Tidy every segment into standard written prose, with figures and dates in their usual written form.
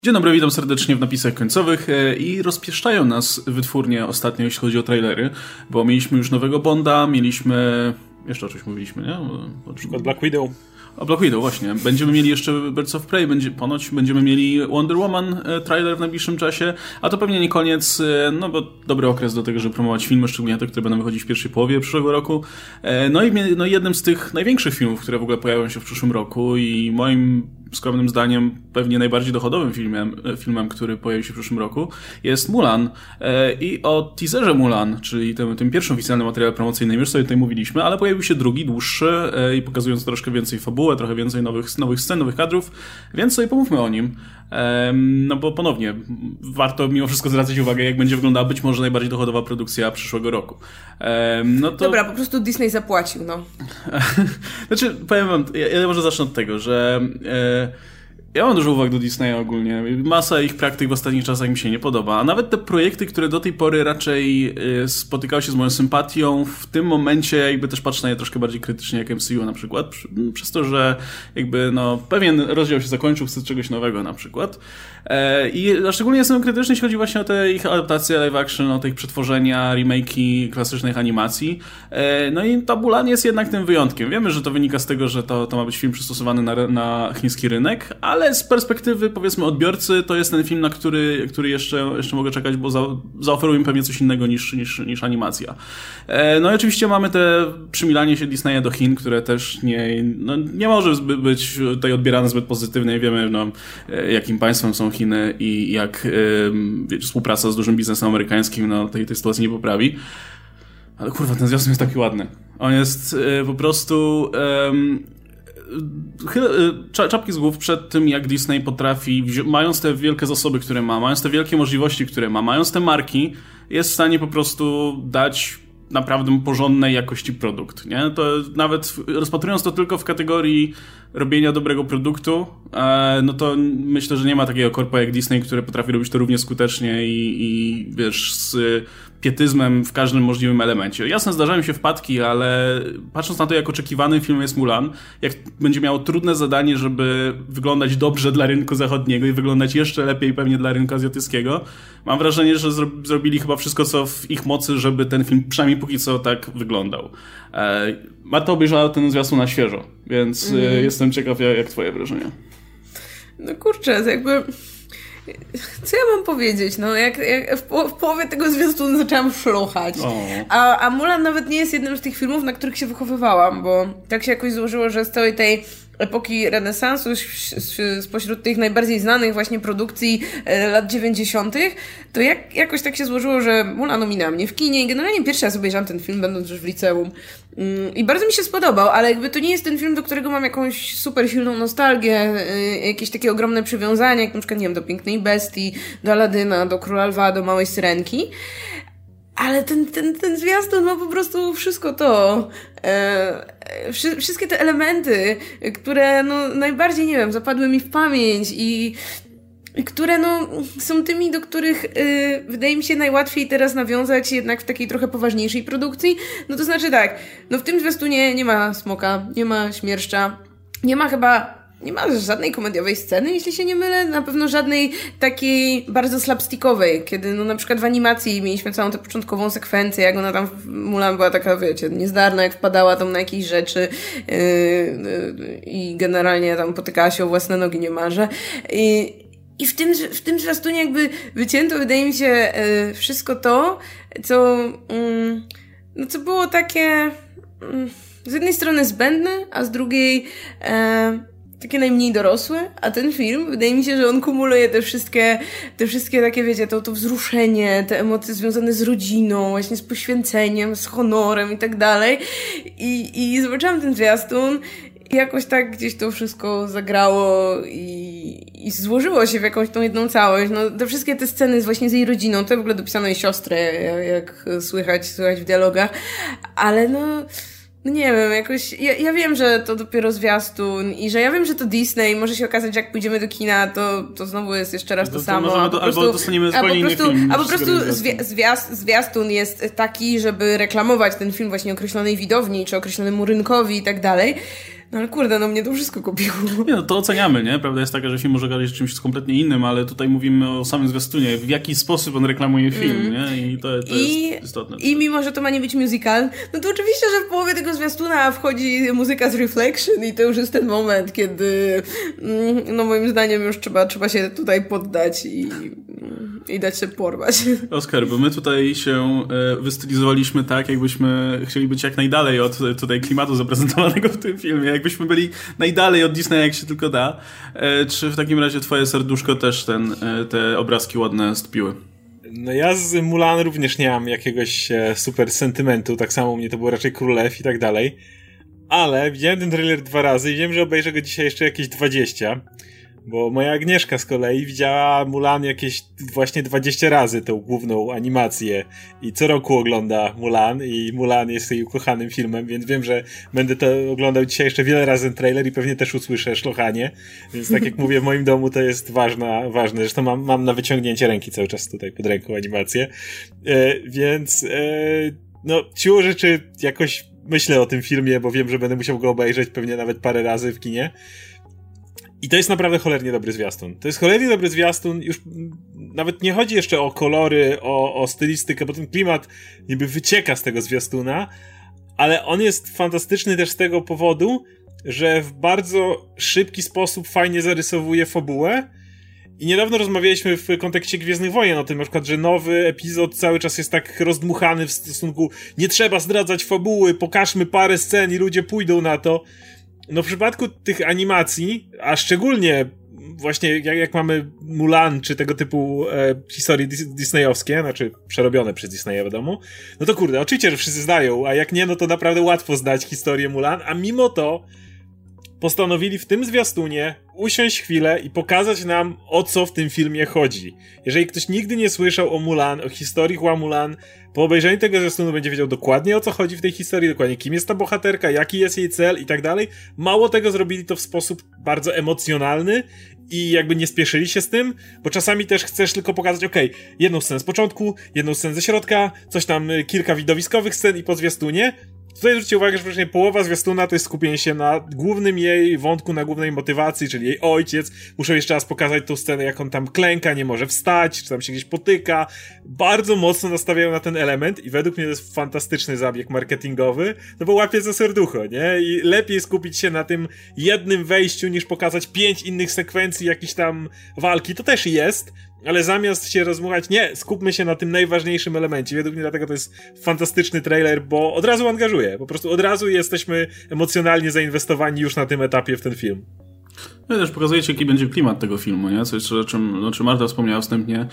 Dzień dobry, witam serdecznie w napisach końcowych i rozpieszczają nas wytwórnie ostatnio, jeśli chodzi o trailery, bo mieliśmy już nowego Bonda, mieliśmy... Jeszcze o czymś mówiliśmy, nie? Na przykład Black Widow. O Black Widow, właśnie. Będziemy mieli jeszcze Birds of Prey, ponoć będziemy mieli Wonder Woman trailer w najbliższym czasie, a to pewnie nie koniec, no bo dobry okres do tego, żeby promować filmy, szczególnie te, które będą wychodzić w pierwszej połowie przyszłego roku. No i jednym z tych największych filmów, które w ogóle pojawią się w przyszłym roku i moim skromnym zdaniem pewnie najbardziej dochodowym filmem, który pojawi się w przyszłym roku, jest Mulan. I o teaserze Mulan, czyli tym pierwszym oficjalnym materiale promocyjnym, już sobie tutaj mówiliśmy, ale pojawił się drugi, dłuższy i pokazując troszkę więcej fabułę, trochę więcej nowych scen, nowych kadrów, więc sobie pomówmy o nim. No bo ponownie, warto mimo wszystko zwracać uwagę, jak będzie wyglądała być może najbardziej dochodowa produkcja przyszłego roku. No to... Dobra, po prostu Disney zapłacił, no. Znaczy, powiem wam, ja może zacznę od tego, że ja mam dużo uwag do Disneya ogólnie. Masa ich praktyk w ostatnich czasach mi się nie podoba. A nawet te projekty, które do tej pory raczej spotykały się z moją sympatią, w tym momencie jakby też patrzę na nie troszkę bardziej krytycznie, jak MCU na przykład. Przez to, że jakby pewien rozdział się zakończył, chcę czegoś nowego na przykład. I szczególnie jestem krytyczny, jeśli chodzi właśnie o te ich adaptacje live action, o te ich przetworzenia, remake'i klasycznych animacji. No i ta Mulan jest jednak tym wyjątkiem. Wiemy, że to wynika z tego, że to ma być film przystosowany na chiński rynek, ale z perspektywy, powiedzmy, odbiorcy, to jest ten film, na który jeszcze mogę czekać, bo zaoferują mi pewnie coś innego niż animacja. No i oczywiście mamy te przymilanie się Disneya do Chin, które też nie może być tutaj odbierane zbyt pozytywnie. Wiemy, jakim państwem są Chiny i jak współpraca z dużym biznesem amerykańskim tej sytuacji nie poprawi. Ale kurwa, ten zwiastun jest taki ładny. On jest po prostu... czapki z głów przed tym, jak Disney potrafi, mając te wielkie zasoby, które ma, mając te wielkie możliwości, które ma, mając te marki, jest w stanie po prostu dać naprawdę porządnej jakości produkt, nie? To nawet rozpatrując to tylko w kategorii robienia dobrego produktu, no to myślę, że nie ma takiego korpo jak Disney, które potrafi robić to równie skutecznie i wiesz, z pietyzmem w każdym możliwym elemencie. Jasne, zdarzają się wpadki, ale patrząc na to, jak oczekiwany film jest Mulan, jak będzie miało trudne zadanie, żeby wyglądać dobrze dla rynku zachodniego i wyglądać jeszcze lepiej pewnie dla rynku azjatyckiego, mam wrażenie, że zrobili chyba wszystko, co w ich mocy, żeby ten film przynajmniej póki co tak wyglądał. Marta obejrzała ten zwiastun na świeżo, więc jestem ciekaw, jak twoje wrażenia. No kurczę, to jakby... Co ja mam powiedzieć? No, jak w połowie tego zwiastunu zaczęłam szlochać. A Mulan nawet nie jest jednym z tych filmów, na których się wychowywałam, bo tak się jakoś złożyło, że z całej tej epoki renesansu, spośród tych najbardziej znanych właśnie produkcji lat 90., to jakoś tak się złożyło, że Mulan ominęła mnie w kinie i generalnie pierwszy raz obejrzałam ten film, będąc już w liceum. I bardzo mi się spodobał, ale jakby to nie jest ten film, do którego mam jakąś super silną nostalgię, jakieś takie ogromne przywiązania, jak na przykład, nie wiem, do Pięknej Bestii, do Aladyna, do Króla Lwa, do Małej Syrenki. Ale ten zwiastun ma po prostu wszystko to. Wszystkie te elementy, które najbardziej, nie wiem, zapadły mi w pamięć i które są tymi, do których wydaje mi się najłatwiej teraz nawiązać jednak w takiej trochę poważniejszej produkcji. No to znaczy tak, w tym zwiastunie nie ma smoka, nie ma śmierszcza, nie ma żadnej komediowej sceny, jeśli się nie mylę. Na pewno żadnej takiej bardzo slapstickowej, kiedy na przykład w animacji mieliśmy całą tę początkową sekwencję, jak ona tam w Mulan była taka, wiecie, niezdarna, jak wpadała tam na jakieś rzeczy i generalnie tam potykała się o własne nogi niemalże. I w tym zwiastunie jakby wycięto, wydaje mi się, wszystko to, co było takie z jednej strony zbędne, a z drugiej takie najmniej dorosłe, a ten film, wydaje mi się, że on kumuluje te wszystkie takie, wiecie, to wzruszenie, te emocje związane z rodziną, właśnie z poświęceniem, z honorem i tak dalej. I zobaczyłam ten zwiastun i jakoś tak gdzieś to wszystko zagrało i złożyło się w jakąś tą jedną całość. Te wszystkie te sceny właśnie z jej rodziną, to w ogóle dopisano jej siostrę, jak słychać w dialogach, ale nie wiem, jakoś... Ja wiem, że to dopiero zwiastun i że ja wiem, że to Disney. Może się okazać, że jak pójdziemy do kina, to znowu jest jeszcze raz to samo. Albo dostaniemy zupełnie inny film. A po prostu zwiastun jest taki, żeby reklamować ten film właśnie określonej widowni, czy określonemu rynkowi i tak dalej. No ale kurde, no mnie to wszystko kupiło. Nie, no to oceniamy, nie? Prawda jest taka, że film może gadać czymś kompletnie innym, ale tutaj mówimy o samym zwiastunie, w jaki sposób on reklamuje film, nie? I to jest istotne. I mimo, że to ma nie być musical, no to oczywiście, że w połowie tego zwiastuna wchodzi muzyka z Reflection i to już jest ten moment, kiedy no moim zdaniem już trzeba się tutaj poddać i dać się porwać. Oskar, bo my tutaj się wystylizowaliśmy tak, jakbyśmy chcieli być jak najdalej od tutaj klimatu zaprezentowanego w tym filmie, jakbyśmy byli najdalej od Disneya, jak się tylko da. Czy w takim razie twoje serduszko też te obrazki ładne stpiły? No ja z Mulan również nie mam jakiegoś super sentymentu, tak samo u mnie to było raczej Król Lew i tak dalej, ale widziałem ten trailer 2 razy i wiem, że obejrzę go dzisiaj jeszcze jakieś 20. Bo moja Agnieszka z kolei widziała Mulan jakieś właśnie 20 razy, tą główną animację i co roku ogląda Mulan i Mulan jest jej ukochanym filmem, więc wiem, że będę to oglądał dzisiaj jeszcze wiele razy ten trailer i pewnie też usłyszę szlochanie, więc tak jak mówię, w moim domu to jest ważne, zresztą mam na wyciągnięcie ręki cały czas tutaj pod ręką animację, więc no siłą rzeczy jakoś myślę o tym filmie, bo wiem, że będę musiał go obejrzeć pewnie nawet parę razy w kinie. I to jest naprawdę cholernie dobry zwiastun. To jest cholernie dobry zwiastun, już nawet nie chodzi jeszcze o kolory, o stylistykę, bo ten klimat niby wycieka z tego zwiastuna, ale on jest fantastyczny też z tego powodu, że w bardzo szybki sposób fajnie zarysowuje fabułę. I niedawno rozmawialiśmy w kontekście Gwiezdnych Wojen o tym, na przykład, że nowy epizod cały czas jest tak rozdmuchany w stosunku nie trzeba zdradzać fabuły, pokażmy parę scen i ludzie pójdą na to. No w przypadku tych animacji, a szczególnie właśnie jak mamy Mulan, czy tego typu historie disneyowskie, znaczy przerobione przez Disneya wiadomo, no to kurde, oczywiście, że wszyscy znają, a jak nie, no to naprawdę łatwo znać historię Mulan, a mimo to postanowili w tym zwiastunie usiąść chwilę i pokazać nam, o co w tym filmie chodzi. Jeżeli ktoś nigdy nie słyszał o Mulan, o historii Hua Mulan, po obejrzeniu tego zwiastunu będzie wiedział dokładnie, o co chodzi w tej historii, dokładnie kim jest ta bohaterka, jaki jest jej cel i tak dalej. Mało tego, zrobili to w sposób bardzo emocjonalny i jakby nie spieszyli się z tym, bo czasami też chcesz tylko pokazać, jedną scenę z początku, jedną scenę ze środka, coś tam, kilka widowiskowych scen i po zwiastunie. Tutaj zwróćcie uwagę, że właśnie połowa zwiastuna to jest skupienie się na głównym jej wątku, na głównej motywacji, czyli jej ojciec. Muszę jeszcze raz pokazać tą scenę, jak on tam klęka, nie może wstać, czy tam się gdzieś potyka. Bardzo mocno nastawiają na ten element i według mnie to jest fantastyczny zabieg marketingowy, no bo łapie za serducho, nie? I lepiej skupić się na tym jednym wejściu, niż pokazać 5 innych sekwencji jakiejś tam walki. To też jest, ale zamiast się rozmuchać, nie, skupmy się na tym najważniejszym elemencie. Według mnie dlatego to jest fantastyczny trailer, bo od razu angażuje. Po prostu od razu jesteśmy emocjonalnie zainwestowani już na tym etapie w ten film. No i też pokazujecie, jaki będzie klimat tego filmu, nie? Coś, o czym Marta wspomniała wstępnie.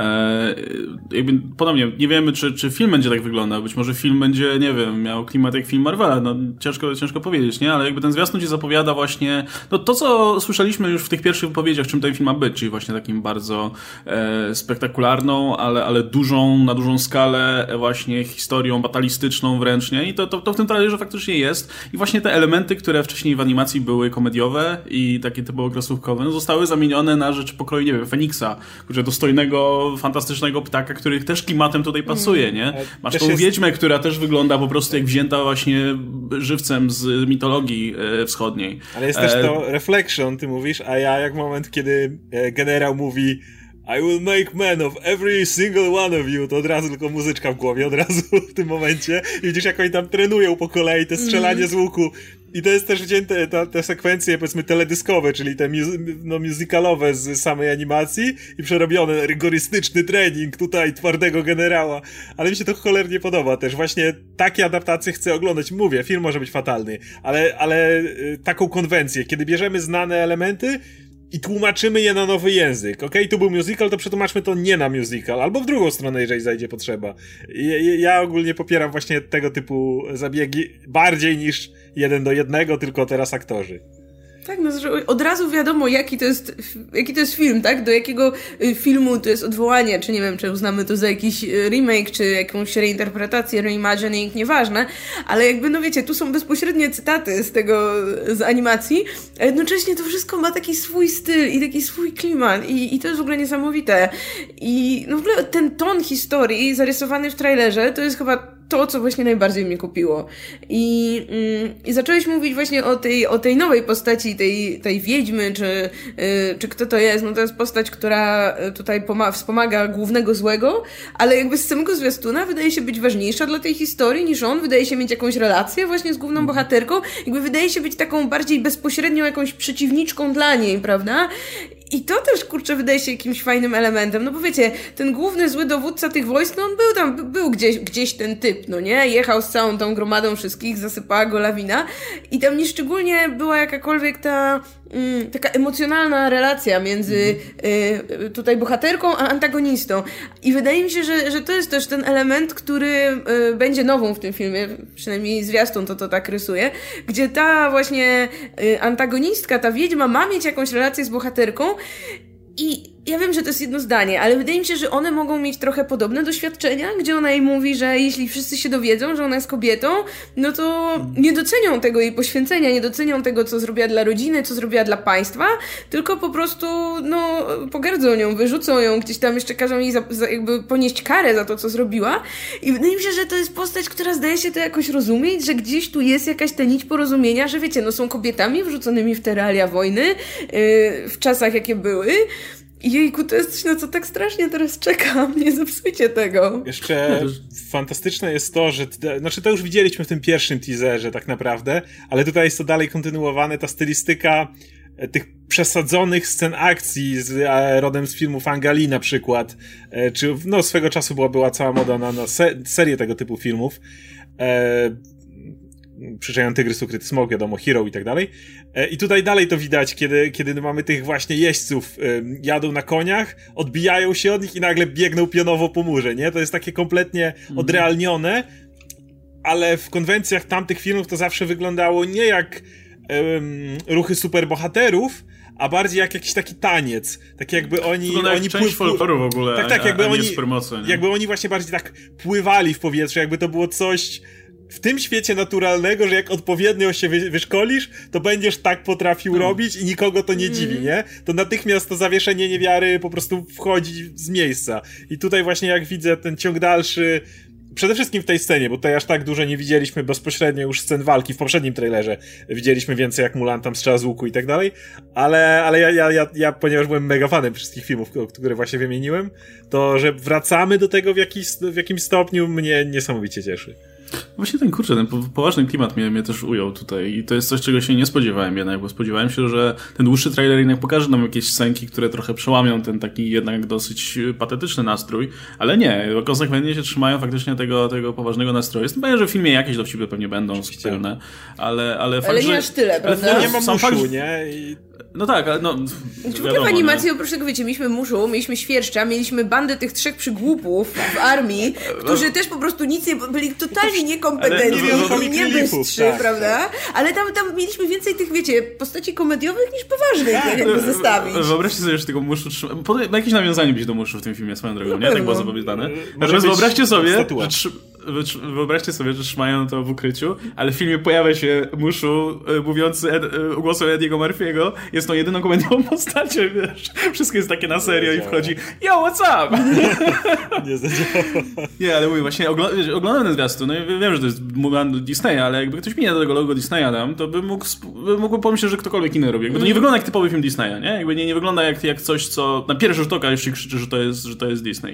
Jakby ponownie, nie wiemy, czy film będzie tak wyglądał. Być może film będzie, nie wiem, miał klimat jak film Marvela. No, ciężko powiedzieć, nie? Ale jakby ten zwiastun ci zapowiada właśnie to, co słyszeliśmy już w tych pierwszych wypowiedziach, czym ten film ma być, czyli właśnie takim bardzo spektakularną, ale na dużą skalę właśnie historią batalistyczną wręcz, nie? I to w tym trailerze faktycznie jest. I właśnie te elementy, które wcześniej w animacji były komediowe i takie typowo kreskówkowe, no zostały zamienione na rzeczy pokroju, nie wiem, Feniksa, dostojnego, fantastycznego ptaka, który też klimatem tutaj pasuje, nie? Masz tą wiedźmę, która też wygląda po prostu jak wzięta właśnie żywcem z mitologii wschodniej. Ale jest też to reflection, ty mówisz, a ja jak moment, kiedy generał mówi I will make men of every single one of you, to od razu tylko muzyczka w głowie, od razu w tym momencie. I widzisz, jak oni tam trenują po kolei, te strzelanie z łuku. I to jest też wzięte, te sekwencje, powiedzmy, teledyskowe, czyli te musicalowe z samej animacji i przerobione, rygorystyczny trening tutaj twardego generała. Ale mi się to cholernie podoba też. Właśnie takie adaptacje chcę oglądać. Mówię, film może być fatalny, ale taką konwencję, kiedy bierzemy znane elementy i tłumaczymy je na nowy język. Tu był musical, to przetłumaczmy to nie na musical. Albo w drugą stronę, jeżeli zajdzie potrzeba. Ja ogólnie popieram właśnie tego typu zabiegi bardziej niż 1:1, tylko teraz aktorzy. Tak, no od razu wiadomo, jaki to jest film, tak? Do jakiego filmu to jest odwołanie, czy nie wiem, czy uznamy to za jakiś remake, czy jakąś reinterpretację, reimagining, nieważne, ale jakby, no wiecie, tu są bezpośrednie cytaty z animacji, a jednocześnie to wszystko ma taki swój styl i taki swój klimat i to jest w ogóle niesamowite. I no w ogóle ten ton historii zarysowany w trailerze to jest chyba to, co właśnie najbardziej mnie kupiło. I zacząłeś mówić właśnie o tej nowej postaci, tej wiedźmy, czy kto to jest. No to jest postać, która tutaj wspomaga głównego złego, ale jakby z samego zwiastuna wydaje się być ważniejsza dla tej historii niż on. Wydaje się mieć jakąś relację właśnie z główną bohaterką. Jakby wydaje się być taką bardziej bezpośrednią jakąś przeciwniczką dla niej, prawda? I to też, kurczę, wydaje się jakimś fajnym elementem, no bo wiecie, ten główny zły dowódca tych wojsk, no on był tam, był gdzieś ten typ, no nie? Jechał z całą tą gromadą wszystkich, zasypała go lawina i tam nieszczególnie była jakakolwiek taka emocjonalna relacja między tutaj bohaterką a antagonistą. I wydaje mi się, że to jest też ten element, który będzie nową w tym filmie, przynajmniej zwiastun to tak rysuje, gdzie ta właśnie antagonistka, ta wiedźma ma mieć jakąś relację z bohaterką i ja wiem, że to jest jedno zdanie, ale wydaje mi się, że one mogą mieć trochę podobne doświadczenia, gdzie ona jej mówi, że jeśli wszyscy się dowiedzą, że ona jest kobietą, no to nie docenią tego jej poświęcenia, nie docenią tego, co zrobiła dla rodziny, co zrobiła dla państwa, tylko po prostu, no, pogardzą nią, wyrzucą ją, gdzieś tam jeszcze każą jej jakby ponieść karę za to, co zrobiła. I wydaje mi się, że to jest postać, która zdaje się to jakoś rozumieć, że gdzieś tu jest jakaś ta nić porozumienia, że wiecie, no są kobietami wrzuconymi w te realia wojny, w czasach, jakie były. Jejku, to jest coś, na co tak strasznie teraz czekam. Nie zepsujcie tego. Jeszcze fantastyczne jest to, że to już widzieliśmy w tym pierwszym teaserze tak naprawdę, ale tutaj jest to dalej kontynuowane, ta stylistyka tych przesadzonych scen akcji rodem z filmów Angali na przykład, czy no swego czasu była cała moda na serię tego typu filmów. Przyczają Tygrys, Ukryty Smok, wiadomo, Hero i tak dalej. I tutaj dalej to widać, kiedy mamy tych właśnie jeźdźców, jadą na koniach, odbijają się od nich i nagle biegną pionowo po murze, nie? To jest takie kompletnie odrealnione, ale w konwencjach tamtych filmów to zawsze wyglądało nie jak ruchy superbohaterów, a bardziej jak jakiś taki taniec. Tak jakby oni część folkloru w ogóle, tak, jakby oni supermocy, nie? Jakby oni właśnie bardziej tak pływali w powietrzu, jakby to było coś w tym świecie naturalnego, że jak odpowiednio się wyszkolisz, to będziesz tak potrafił robić i nikogo to nie dziwi, nie? To natychmiast to zawieszenie niewiary po prostu wchodzi z miejsca. I tutaj właśnie jak widzę ten ciąg dalszy, przede wszystkim w tej scenie, bo tutaj aż tak dużo nie widzieliśmy bezpośrednio już scen walki w poprzednim trailerze. Widzieliśmy więcej jak Mulan tam strzela z łuku i tak dalej, ale ja ponieważ byłem mega fanem wszystkich filmów, które właśnie wymieniłem, to że wracamy do tego w jakimś stopniu mnie niesamowicie cieszy. Właśnie ten poważny klimat mnie też ujął tutaj i to jest coś, czego się nie spodziewałem jednak, bo spodziewałem się, że ten dłuższy trailer jednak pokaże nam jakieś scenki, które trochę przełamią ten taki jednak dosyć patetyczny nastrój, ale nie, konsekwentnie się trzymają faktycznie tego poważnego nastroju. Jestem pewien, że w filmie jakieś dowcipy pewnie będą pełne, ale fakt, ale nie aż tyle, prawda? Nie ma muszu, nie? No tak, ale no... W ogóle w animacji, oprócz tego, wiecie, mieliśmy muszu, mieliśmy świerszcza, mieliśmy bandę tych 3 przygłupów w armii, którzy też po prostu nic nie... byli totalnie niekompetentni, niebystrzy, tak, prawda? Ale tam mieliśmy więcej tych, wiecie, postaci komediowych niż poważnych, jakby zestawić. Wyobraźcie sobie, że tego muszu... Jakieś nawiązanie być do muszu w tym filmie, swoją drogą, nie? Tak było zapowiedziane. Natomiast wyobraźcie sobie, że trzymają to w ukryciu, ale w filmie pojawia się muszu mówiący głosem Ediego Murphy'ego. Jest to jedyną komediową postacią, wiesz. Wszystko jest takie na serio i wchodzi yo, what's up? Nie zadziała. Nie, ale mówię, właśnie oglądam ten zwiastun, no i wiem, że to jest Mulan Disneya, ale jakby ktoś minie do tego logo Disneya tam, to by mógł pomyśleć, że ktokolwiek inny robi. Jakby to nie wygląda jak typowy film Disneya, nie? Jakby nie wygląda jak coś, co na pierwszy rzut oka jeszcze krzyczy, że to jest Disney.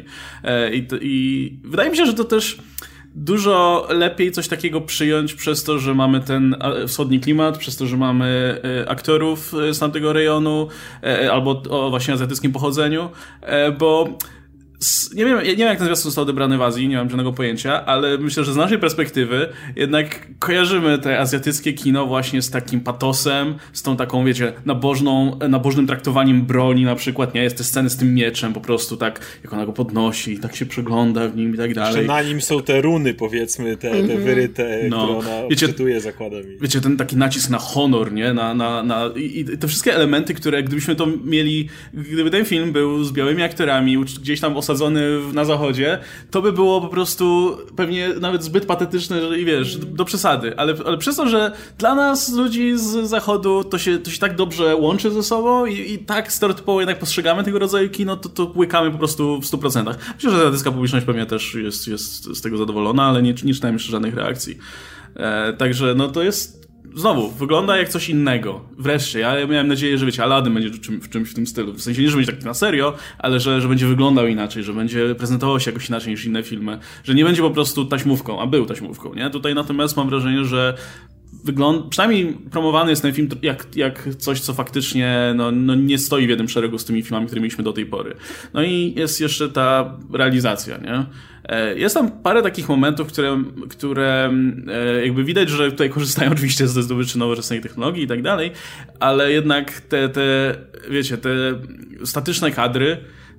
I wydaje mi się, że to też dużo lepiej coś takiego przyjąć przez to, że mamy ten wschodni klimat, przez to, że mamy aktorów z tamtego rejonu albo o właśnie azjatyckim pochodzeniu, bo nie wiem jak ten zwiastun został odebrany w Azji, nie mam żadnego pojęcia, ale myślę, że z naszej perspektywy jednak kojarzymy te azjatyckie kino właśnie z takim patosem, z tą taką, wiecie, nabożnym traktowaniem broni na przykład, nie? Jest te sceny z tym mieczem po prostu tak, jak ona go podnosi i tak się przegląda w nim i tak dalej. Jeszcze na nim są te runy, powiedzmy, te wyryte, które ona odczytuje, zakładam. Wiecie, ten taki nacisk na honor, nie? I te wszystkie elementy, które gdybyśmy to mieli, gdyby ten film był z białymi aktorami, gdzieś tam osadzony osadzony na zachodzie, to by było po prostu pewnie nawet zbyt patetyczne i wiesz, do przesady. Ale przez to, że dla nas, ludzi z zachodu, to się tak dobrze łączy ze sobą i tak stereotypowo jednak postrzegamy tego rodzaju kino, to łykamy po prostu w 100%. Myślę, że radyjska publiczność pewnie też jest z tego zadowolona, ale nie czytałem jeszcze żadnych reakcji. Także no to jest... Znowu, wygląda jak coś innego. Wreszcie, ja miałem nadzieję, że wiecie, Aladdin będzie czymś w tym stylu. W sensie nie, że będzie tak na serio, ale że będzie wyglądał inaczej, że będzie prezentował się jakoś inaczej niż inne filmy. Że nie będzie po prostu taśmówką, a był taśmówką, nie? Tutaj natomiast mam wrażenie, że przynajmniej promowany jest ten film jak coś, co faktycznie nie stoi w jednym szeregu z tymi filmami, które mieliśmy do tej pory. No i jest jeszcze ta realizacja, nie? Jest tam parę takich momentów, które jakby widać, że tutaj korzystają oczywiście ze zdobyczy nowoczesnej technologii i tak dalej, ale jednak te statyczne kadry,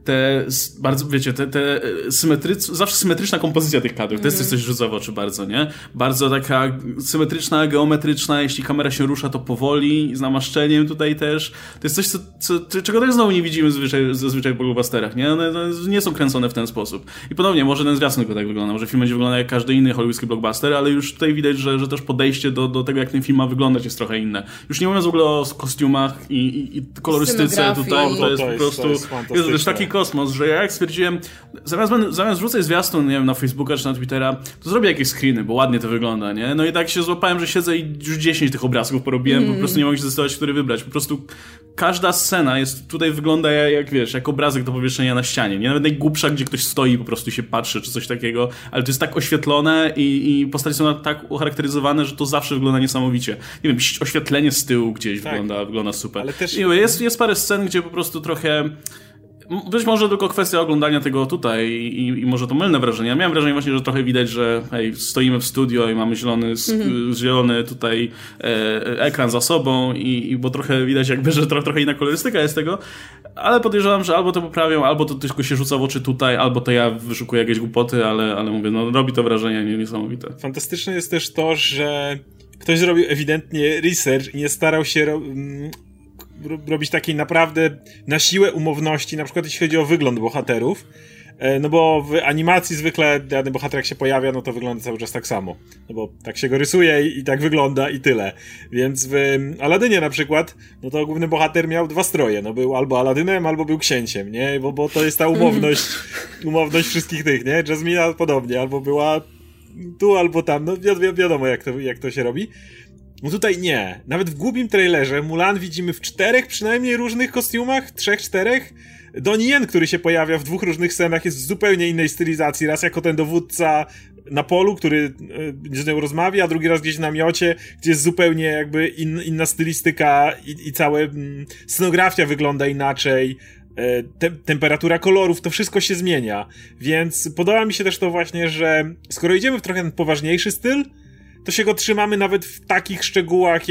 zawsze symetryczna kompozycja tych kadrów, to jest coś rzuca w oczy bardzo, nie? Bardzo taka symetryczna, geometryczna, jeśli kamera się rusza, to powoli, z namaszczeniem tutaj też. To jest coś, czego też znowu nie widzimy zazwyczaj w blockbusterach, nie? One nie są kręcone w ten sposób. I ponownie, może ten zwiastun tylko tak wygląda, może film będzie wyglądał jak każdy inny hollywoodzki blockbuster, ale już tutaj widać, że też podejście do tego, jak ten film ma wyglądać, jest trochę inne. Już nie mówiąc w ogóle o kostiumach i kolorystyce tutaj, to jest po prostu... Jest też taki kosmos, że ja jak stwierdziłem, zamiast wrzucać zwiastun, nie wiem, na Facebooka czy na Twittera, to zrobię jakieś screeny, bo ładnie to wygląda, nie? No i tak się złapałem, że siedzę i już 10 tych obrazków porobiłem, po prostu nie mogę się zdecydować, który wybrać. Po prostu każda scena tutaj wygląda jak obrazek do powieszenia na ścianie, nie? Nawet najgłupsza, gdzie ktoś stoi i po prostu się patrzy, czy coś takiego, ale to jest tak oświetlone i postacie są tak ucharakteryzowane, że to zawsze wygląda niesamowicie. Nie wiem, oświetlenie z tyłu gdzieś wygląda super. Ale też... Jest parę scen, gdzie po prostu trochę... Być może tylko kwestia oglądania tego tutaj i może to mylne wrażenie. Ja miałem wrażenie właśnie, że trochę widać, że stoimy w studio i mamy zielony tutaj ekran za sobą i bo trochę widać jakby, że trochę inna kolorystyka jest tego, ale podejrzewam, że albo to poprawią, albo to tylko się rzuca w oczy tutaj, albo to ja wyszukuję jakieś głupoty, ale mówię, robi to wrażenie niesamowite. Fantastyczne jest też to, że ktoś zrobił ewidentnie research i nie starał się robić takiej naprawdę na siłę umowności, na przykład jeśli chodzi o wygląd bohaterów, no bo w animacji zwykle dany bohater jak się pojawia, no to wygląda cały czas tak samo, no bo tak się go rysuje i tak wygląda i tyle, więc w Aladynie na przykład, no to główny bohater miał 2 stroje, no był albo Aladynem, albo był księciem, nie, bo to jest ta umowność wszystkich tych, nie, Jasmina podobnie, albo była tu, albo tam, no wiadomo jak to się robi. No tutaj nie. Nawet w głupim trailerze Mulan widzimy w 4 przynajmniej różnych kostiumach, 3-4. Donnie Yen, który się pojawia w 2 różnych scenach, jest w zupełnie innej stylizacji. Raz jako ten dowódca na polu, który z nią rozmawia, a drugi raz gdzieś w namiocie, gdzie jest zupełnie jakby inna stylistyka i cała scenografia wygląda inaczej. Temperatura kolorów, to wszystko się zmienia. Więc podoba mi się też to właśnie, że skoro idziemy w trochę ten poważniejszy styl, to się go trzymamy nawet w takich szczegółach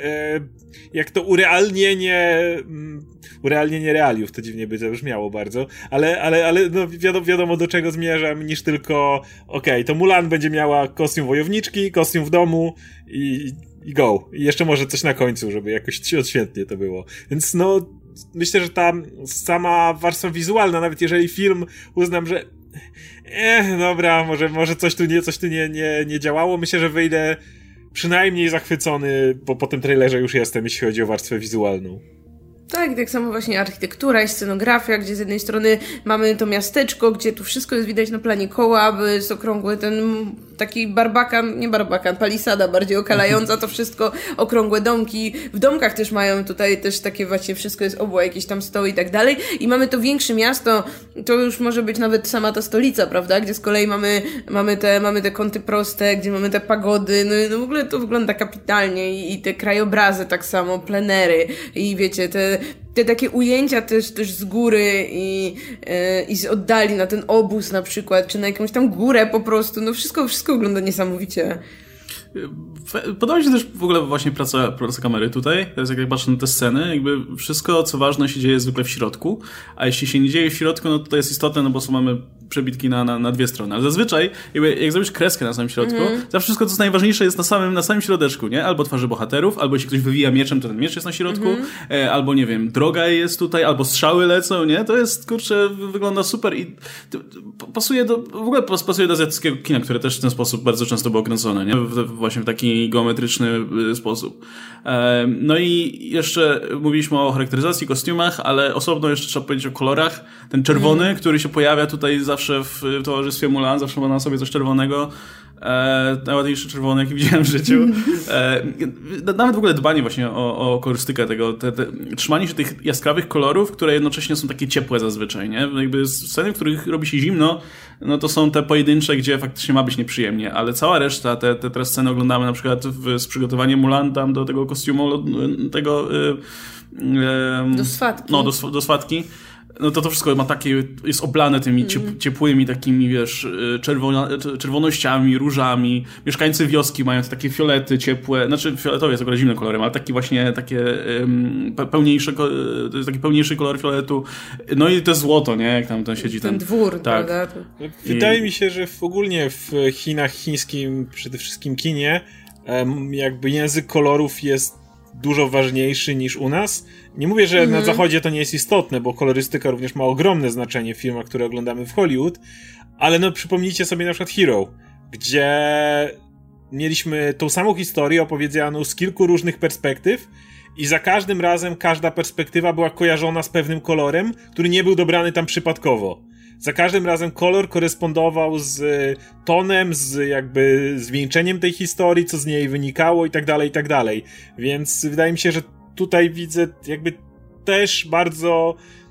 jak to urealnienie realiów, to dziwnie by to brzmiało bardzo, ale no wiadomo do czego zmierzam, niż tylko to Mulan będzie miała kostium wojowniczki, kostium w domu i go. I jeszcze może coś na końcu, żeby jakoś odświętnie to było. Więc no, myślę, że ta sama warstwa wizualna, nawet jeżeli film uznam, że dobra, może coś tu nie działało. Myślę, że wyjdę przynajmniej zachwycony, bo po tym trailerze już jestem, jeśli chodzi o warstwę wizualną. Tak, tak samo właśnie architektura i scenografia, gdzie z jednej strony mamy to miasteczko, gdzie tu wszystko jest widać na planie koła, bo jest okrągły ten taki palisada bardziej okalająca to wszystko, okrągłe domki. W domkach też mają tutaj też takie właśnie wszystko jest obło, jakieś tam stoły i tak dalej. I mamy to większe miasto, to już może być nawet sama ta stolica, prawda? Gdzie z kolei mamy te kąty proste, gdzie mamy te pagody, no w ogóle to wygląda kapitalnie i te krajobrazy tak samo, plenery i wiecie, te takie ujęcia też z góry i z oddali na ten obóz na przykład, czy na jakąś tam górę po prostu, no wszystko wygląda niesamowicie. Podoba mi się też w ogóle właśnie praca kamery tutaj. Teraz jak patrzę na te sceny, jakby wszystko co ważne się dzieje zwykle w środku, a jeśli się nie dzieje w środku, no to jest istotne, no bo mamy przebitki na dwie strony. Ale zazwyczaj, jak zrobisz kreskę na samym środku, zawsze wszystko, co jest najważniejsze, jest na samym środeczku, nie? Albo twarze bohaterów, albo jeśli ktoś wywija mieczem, to ten miecz jest na środku, albo nie wiem, droga jest tutaj, albo strzały lecą, nie? To jest, kurczę, wygląda super i w ogóle pasuje do azjatyckiego kina, które też w ten sposób bardzo często było kręcone, nie? Właśnie w taki geometryczny sposób. No i jeszcze mówiliśmy o charakteryzacji, kostiumach, ale osobno jeszcze trzeba powiedzieć o kolorach. Ten czerwony, który się pojawia tutaj zawsze w towarzystwie Mulan, zawsze ma na sobie coś czerwonego. Najładniejszy czerwony, jaki widziałem w życiu. Nawet w ogóle dbanie właśnie o kolorystykę tego, trzymanie się tych jaskrawych kolorów, które jednocześnie są takie ciepłe zazwyczaj, nie? Jakby sceny, w których robi się zimno, no to są te pojedyncze, gdzie faktycznie ma być nieprzyjemnie, ale cała reszta, te teraz sceny oglądamy na przykład z przygotowaniem Mulan tam do tego kostiumu, tego do swatki. No, do swatki. No to wszystko ma takie, jest oblane tymi ciepłymi takimi, wiesz, czerwonościami, różami. Mieszkańcy wioski mają te takie fiolety ciepłe, znaczy fioletowy jest akurat zimnym kolorem, ale taki właśnie, takie pełniejsze, to jest taki pełniejszy kolor fioletu. No i to złoto, nie? Jak tam siedzi ten dwór, tak. Prawda? Wydaje mi się, że ogólnie w Chinach, chińskim, przede wszystkim kinie, jakby język kolorów jest dużo ważniejszy niż u nas. Nie mówię, że na zachodzie to nie jest istotne, bo kolorystyka również ma ogromne znaczenie w filmach, które oglądamy w Hollywood, ale no przypomnijcie sobie na przykład Hero, gdzie mieliśmy tą samą historię opowiedzianą z kilku różnych perspektyw i za każdym razem każda perspektywa była kojarzona z pewnym kolorem, który nie był dobrany tam przypadkowo. Za każdym razem kolor korespondował z tonem, z jakby zwieńczeniem tej historii, co z niej wynikało i tak dalej. Więc wydaje mi się, że tutaj widzę jakby też bardzo...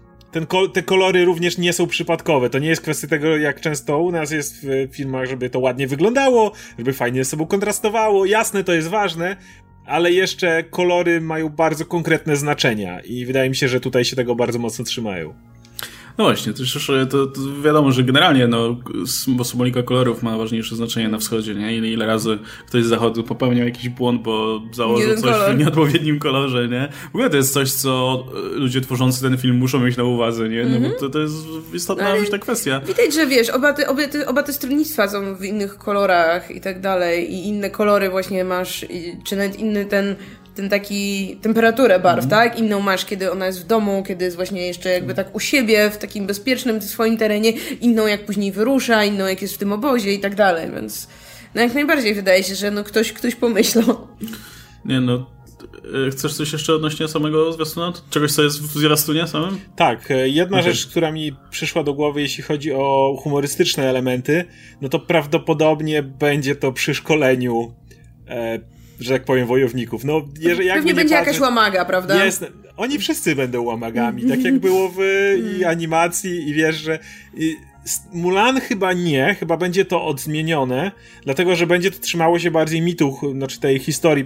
Te kolory również nie są przypadkowe. To nie jest kwestia tego, jak często u nas jest w filmach, żeby to ładnie wyglądało, żeby fajnie ze sobą kontrastowało. Jasne, to jest ważne, ale jeszcze kolory mają bardzo konkretne znaczenia i wydaje mi się, że tutaj się tego bardzo mocno trzymają. No właśnie, to wiadomo, że generalnie bo symbolika kolorów ma ważniejsze znaczenie na wschodzie, nie? Ile razy ktoś z zachodu popełniał jakiś błąd, bo założył coś w nieodpowiednim kolorze, nie? W ogóle to jest coś, co ludzie tworzący ten film muszą mieć na uwadze, nie? No bo to jest istotna ta kwestia. Widać, że wiesz, oba te stronnictwa są w innych kolorach i tak dalej i inne kolory właśnie masz, czy nawet inny ten taki temperaturę barw, tak? Inną masz, kiedy ona jest w domu, kiedy jest właśnie jeszcze jakby tak u siebie, w takim bezpiecznym swoim terenie, inną jak później wyrusza, inną jak jest w tym obozie i tak dalej, więc no jak najbardziej wydaje się, że ktoś pomyślał. Nie chcesz coś jeszcze odnośnie samego zwiastuna? Czegoś, co jest w zwiastunie samym? Tak, jedna rzecz, która mi przyszła do głowy, jeśli chodzi o humorystyczne elementy, no to prawdopodobnie będzie to przy szkoleniu że tak powiem, wojowników. No, pewnie będzie jakaś łamaga, prawda? Oni wszyscy będą łamagami, tak jak było w animacji i wiesz, że Mulan chyba będzie to odmienione, dlatego, że będzie to trzymało się bardziej tej historii,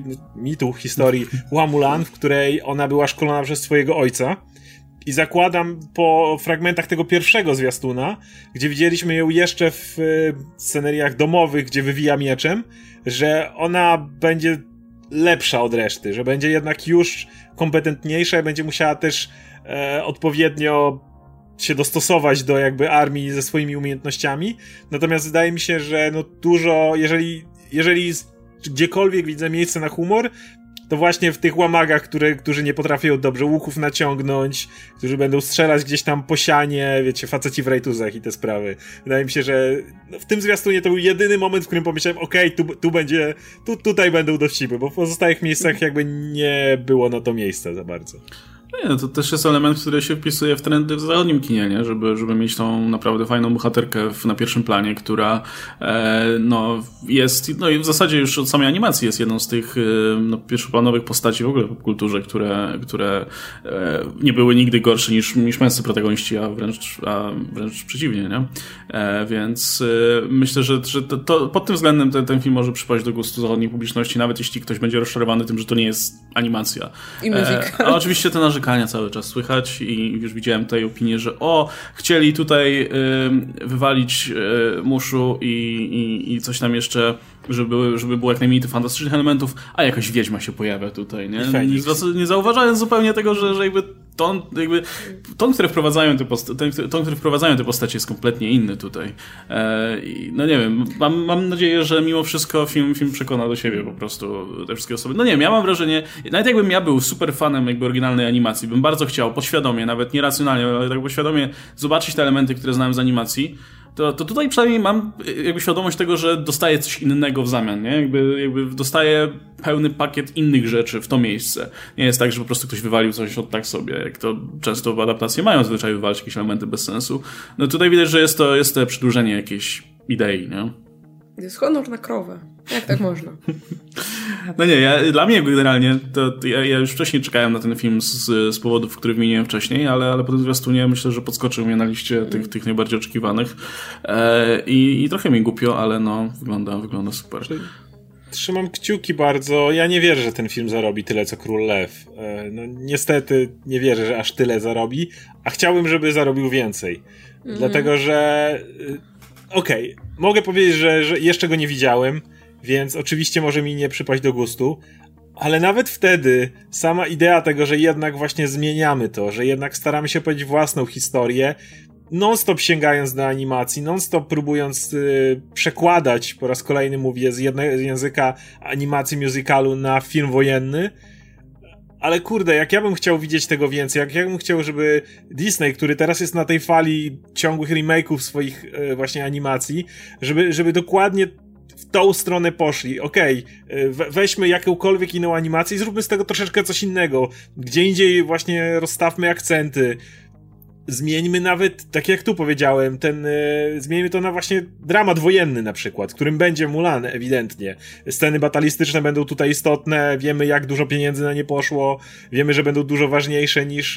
historii Hua Mulan, w której ona była szkolona przez swojego ojca. I zakładam po fragmentach tego pierwszego zwiastuna, gdzie widzieliśmy ją jeszcze w sceneriach domowych, gdzie wywija mieczem, że ona będzie lepsza od reszty, że będzie jednak już kompetentniejsza i będzie musiała też odpowiednio się dostosować do jakby armii ze swoimi umiejętnościami. Natomiast wydaje mi się, że jeżeli gdziekolwiek widzę miejsce na humor, to właśnie w tych łamagach, którzy nie potrafią dobrze łuków naciągnąć, którzy będą strzelać gdzieś tam po sianie, wiecie, faceci w rajtuzach i te sprawy. Wydaje mi się, że w tym zwiastunie to był jedyny moment, w którym pomyślałem, tutaj będą dowcipy, bo w pozostałych miejscach jakby nie było na to miejsca za bardzo. Nie, to też jest element, który się wpisuje w trendy w zachodnim kinie, nie? Żeby mieć tą naprawdę fajną bohaterkę na pierwszym planie, która jest, i w zasadzie już od samej animacji jest jedną z tych pierwszoplanowych postaci w ogóle w popkulturze, które nie były nigdy gorsze niż męscy protagoniści, a wręcz przeciwnie, nie? Więc myślę, że to pod tym względem ten film może przypaść do gustu zachodniej publiczności, nawet jeśli ktoś będzie rozczarowany tym, że to nie jest animacja. I musical. A oczywiście te narzekania cały czas słychać i już widziałem tutaj opinię, że chcieli tutaj wywalić Mushu i coś tam jeszcze, żeby było jak najmniej tych fantastycznych elementów, a jakaś wiedźma się pojawia tutaj, nie? Nie zauważając zupełnie tego, że jakby ton, który wprowadzają te postacie jest kompletnie inny tutaj. No nie wiem, mam nadzieję, że mimo wszystko film przekona do siebie po prostu te wszystkie osoby. No nie wiem, ja mam wrażenie, nawet jakbym ja był super fanem jakby oryginalnej animacji, bym bardzo chciał podświadomie, nawet nieracjonalnie, ale tak podświadomie zobaczyć te elementy, które znałem z animacji, to tutaj przynajmniej mam jakby świadomość tego, że dostaję coś innego w zamian, nie? Jakby dostaję pełny pakiet innych rzeczy w to miejsce. Nie jest tak, że po prostu ktoś wywalił coś od tak sobie, jak to często w adaptacji mają zwyczaj wywalić jakieś elementy bez sensu. No tutaj widać, że jest to przedłużenie jakiejś idei, nie? To jest honor na krowę. Jak tak można? No nie, dla mnie generalnie ja już wcześniej czekałem na ten film z powodów, które wymieniłem wcześniej, ale po tym zwiastunie myślę, że podskoczył mnie na liście tych najbardziej oczekiwanych. I trochę mi głupio, ale no wygląda super. Trzymam kciuki bardzo. Ja nie wierzę, że ten film zarobi tyle, co Król Lew. No niestety nie wierzę, że aż tyle zarobi, a chciałbym, żeby zarobił więcej. Dlatego, że okej, mogę powiedzieć, że jeszcze go nie widziałem, więc oczywiście może mi nie przypaść do gustu, ale nawet wtedy sama idea tego, że jednak właśnie zmieniamy to, że jednak staramy się powiedzieć własną historię, non-stop sięgając do animacji, non-stop próbując przekładać, po raz kolejny mówię, z języka animacji musicalu na film wojenny. Ale kurde, jak ja bym chciał widzieć tego więcej, jak ja bym chciał, żeby Disney, który teraz jest na tej fali ciągłych remake'ów swoich właśnie animacji, żeby dokładnie w tą stronę poszli. Okej, weźmy jakąkolwiek inną animację i zróbmy z tego troszeczkę coś innego. Gdzie indziej właśnie rozstawmy akcenty. Zmieńmy nawet, tak jak tu powiedziałem, zmieńmy to na właśnie dramat wojenny na przykład, którym będzie Mulan ewidentnie. Sceny batalistyczne będą tutaj istotne, wiemy jak dużo pieniędzy na nie poszło, wiemy, że będą dużo ważniejsze niż...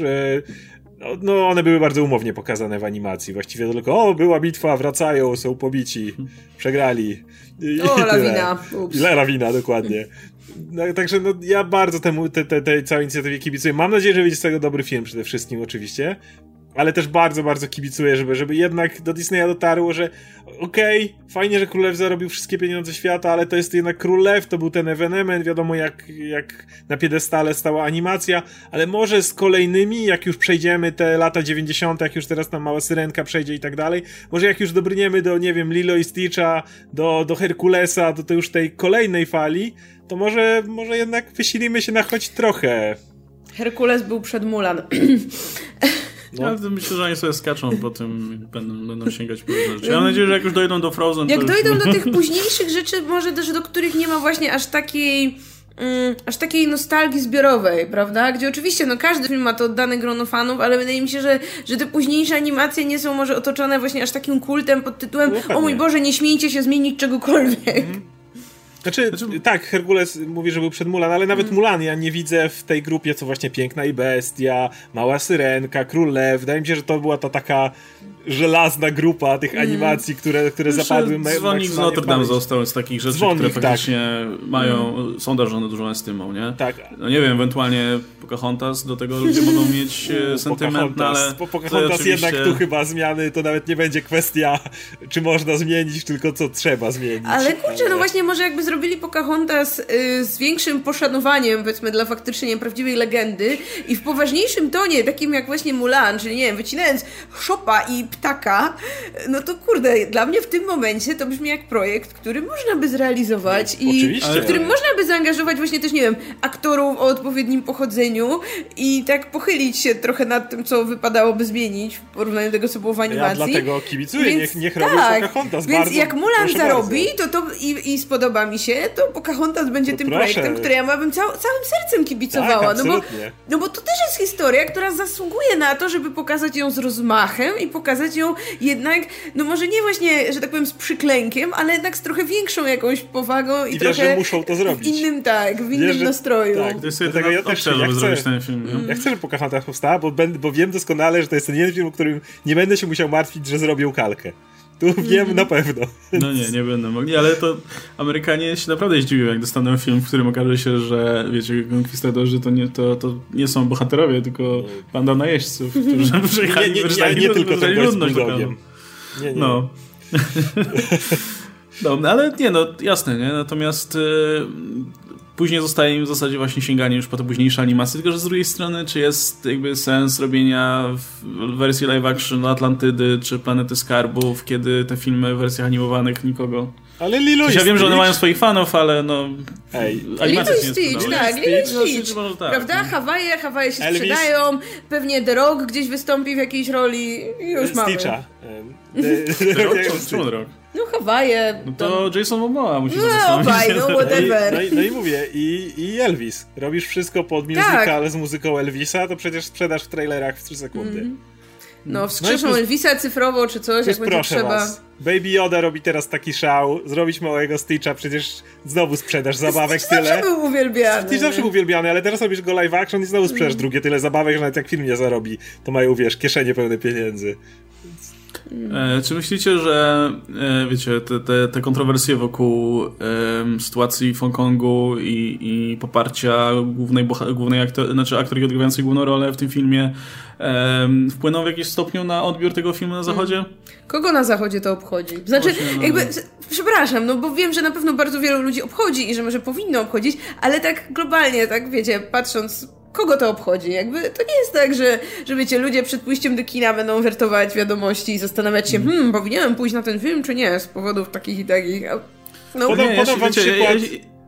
No one były bardzo umownie pokazane w animacji. Właściwie tylko, była bitwa, wracają, są pobici, przegrali. Lawina. Lawina, dokładnie. No, także ja bardzo tej całej inicjatywie kibicuję. Mam nadzieję, że wyjdzie z tego dobry film przede wszystkim oczywiście. Ale też bardzo, bardzo kibicuję, żeby jednak do Disneya dotarło, że okej, fajnie, że Król Lew zarobił wszystkie pieniądze świata, ale to jest jednak Król Lew, to był ten ewenement, wiadomo jak na piedestale stała animacja, ale może z kolejnymi, jak już przejdziemy te lata 90., jak już teraz tam Mała Syrenka przejdzie i tak dalej, może jak już dobrniemy do, nie wiem, Lilo i Stitcha, do Herkulesa, do już tej kolejnej fali, to może jednak wysilimy się na choć trochę. Herkules był przed Mulan. No. Ale myślę, że oni sobie skaczą po tym i będą sięgać po różne rzeczy. Ja mam nadzieję, że jak już dojdą do Frozen... Jak dojdą do tych późniejszych rzeczy, może też do których nie ma właśnie aż takiej nostalgii zbiorowej, prawda? Gdzie oczywiście, każdy film ma to oddane grono fanów, ale wydaje mi się, że te późniejsze animacje nie są może otoczone właśnie aż takim kultem pod tytułem o mój Boże, nie śmiejcie się zmienić czegokolwiek. Znaczy, tak, Herkules mówi, że był przed Mulan, ale nawet Mulan ja nie widzę w tej grupie, co właśnie Piękna i Bestia, Mała Syrenka, Król Lew. Wydaje mi się, że to była ta taka żelazna grupa tych animacji, które zapadły Dzwonik z Notre Dame został z takich rzeczy, które faktycznie są darzone dużą estymą, nie? Tak. No nie wiem, ewentualnie Pocahontas, do tego ludzie mogą mieć sentyment, ale... Pocahontas oczywiście... jednak tu chyba zmiany, to nawet nie będzie kwestia, czy można zmienić, tylko co trzeba zmienić. Ale kurczę, właśnie może jakby zrobili Pocahontas z większym poszanowaniem, powiedzmy, dla faktycznie prawdziwej legendy i w poważniejszym tonie, takim jak właśnie Mulan, czyli nie wiem, wycinając Chopa i Ptaka, no to kurde, dla mnie w tym momencie to brzmi jak projekt, który można by zrealizować i w którym można by zaangażować właśnie też, nie wiem, aktorów o odpowiednim pochodzeniu i tak pochylić się trochę nad tym, co wypadałoby zmienić w porównaniu do tego, co było w animacji. Ja dlatego kibicuję, niech robią Pocahontas. Więc bardzo, jak Mulan zarobi, to i spodoba mi się, to Pocahontas będzie tym projektem, który ja bym całym sercem kibicowała. Tak, no bo to też jest historia, która zasługuje na to, żeby pokazać ją z rozmachem i pokazać ją jednak, no może nie właśnie, że tak powiem, z przyklękiem, ale jednak z trochę większą jakąś powagą i trochę że muszą to zrobić. W innym nastroju. Tak, to jest dlatego ja też chcę, żeby zrobić ten film. Ja chcę, żeby Pocahontas powstała, bo wiem doskonale, że to jest ten jeden film, o którym nie będę się musiał martwić, że zrobią kalkę. Tu wiem na pewno. No nie będą mogli, ale to Amerykanie się naprawdę zdziwią, jak dostaną film, w którym okaże się, że wiecie, konkwistadorzy to nie są bohaterowie, tylko banda najeźdźców, którzy przyjechali nie tylko ten ludność pokazał. Nie. No. No, ale nie, jasne, nie? Natomiast później zostaje im w zasadzie właśnie sięganie już po te późniejsze animacje, tylko że z drugiej strony, czy jest jakby sens robienia w wersji live action Atlantydy czy Planety Skarbów, kiedy te filmy w wersjach animowanych nikogo... Ale Lilo i ja Stitch. wiem, że one mają swoich fanów, ale no... Lilo i Stitch, tak, Lilo i Stitch. Prawda? Hawaje się Elvis. sprzedają, pewnie The Rock gdzieś wystąpi w jakiejś roli i już mamy. Stitcha. Czemu The Rock? No Hawaje. No to Jason Momoa musi zastanowić. No whatever. No i mówię, i Elvis. Robisz wszystko pod musical z muzyką Elvisa, to przecież sprzedasz w trailerach w 3 sekundy. No, wskrzeszą Elvisa cyfrowo czy coś, jak będzie trzeba. Was. Baby Yoda robi teraz taki szał, zrobić małego Stitcha, przecież znowu sprzedaż zabawek Stitch tyle. Zawsze był uwielbiany. Stitch zawsze był uwielbiany, ale teraz robisz go live action i znowu sprzedaż drugie tyle zabawek, że nawet jak film nie zarobi, to mają, wiesz, kieszenie pełne pieniędzy. Czy myślicie, że wiecie, te kontrowersje wokół sytuacji w Hongkongu i poparcia głównej aktorki odgrywającej główną rolę w tym filmie wpłyną w jakimś stopniu na odbiór tego filmu na Zachodzie? Kogo na Zachodzie to obchodzi? Znaczy, przepraszam, no bo wiem, że na pewno bardzo wielu ludzi obchodzi i że może powinno obchodzić, ale tak globalnie, tak wiecie, patrząc, kogo to obchodzi? Jakby to nie jest tak, że wiecie, ludzie przed pójściem do kina będą wertować wiadomości i zastanawiać się, powinienem pójść na ten film, czy nie, z powodów takich i takich. No, podam wam przykład.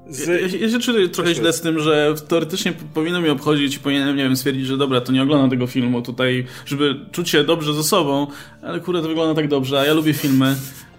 Ja się czuję trochę źle z tym, że teoretycznie powinno mnie obchodzić i powinienem, nie wiem, stwierdzić, że dobra, to nie oglądam tego filmu tutaj, żeby czuć się dobrze ze sobą, ale kurde, to wygląda tak dobrze, a ja lubię filmy.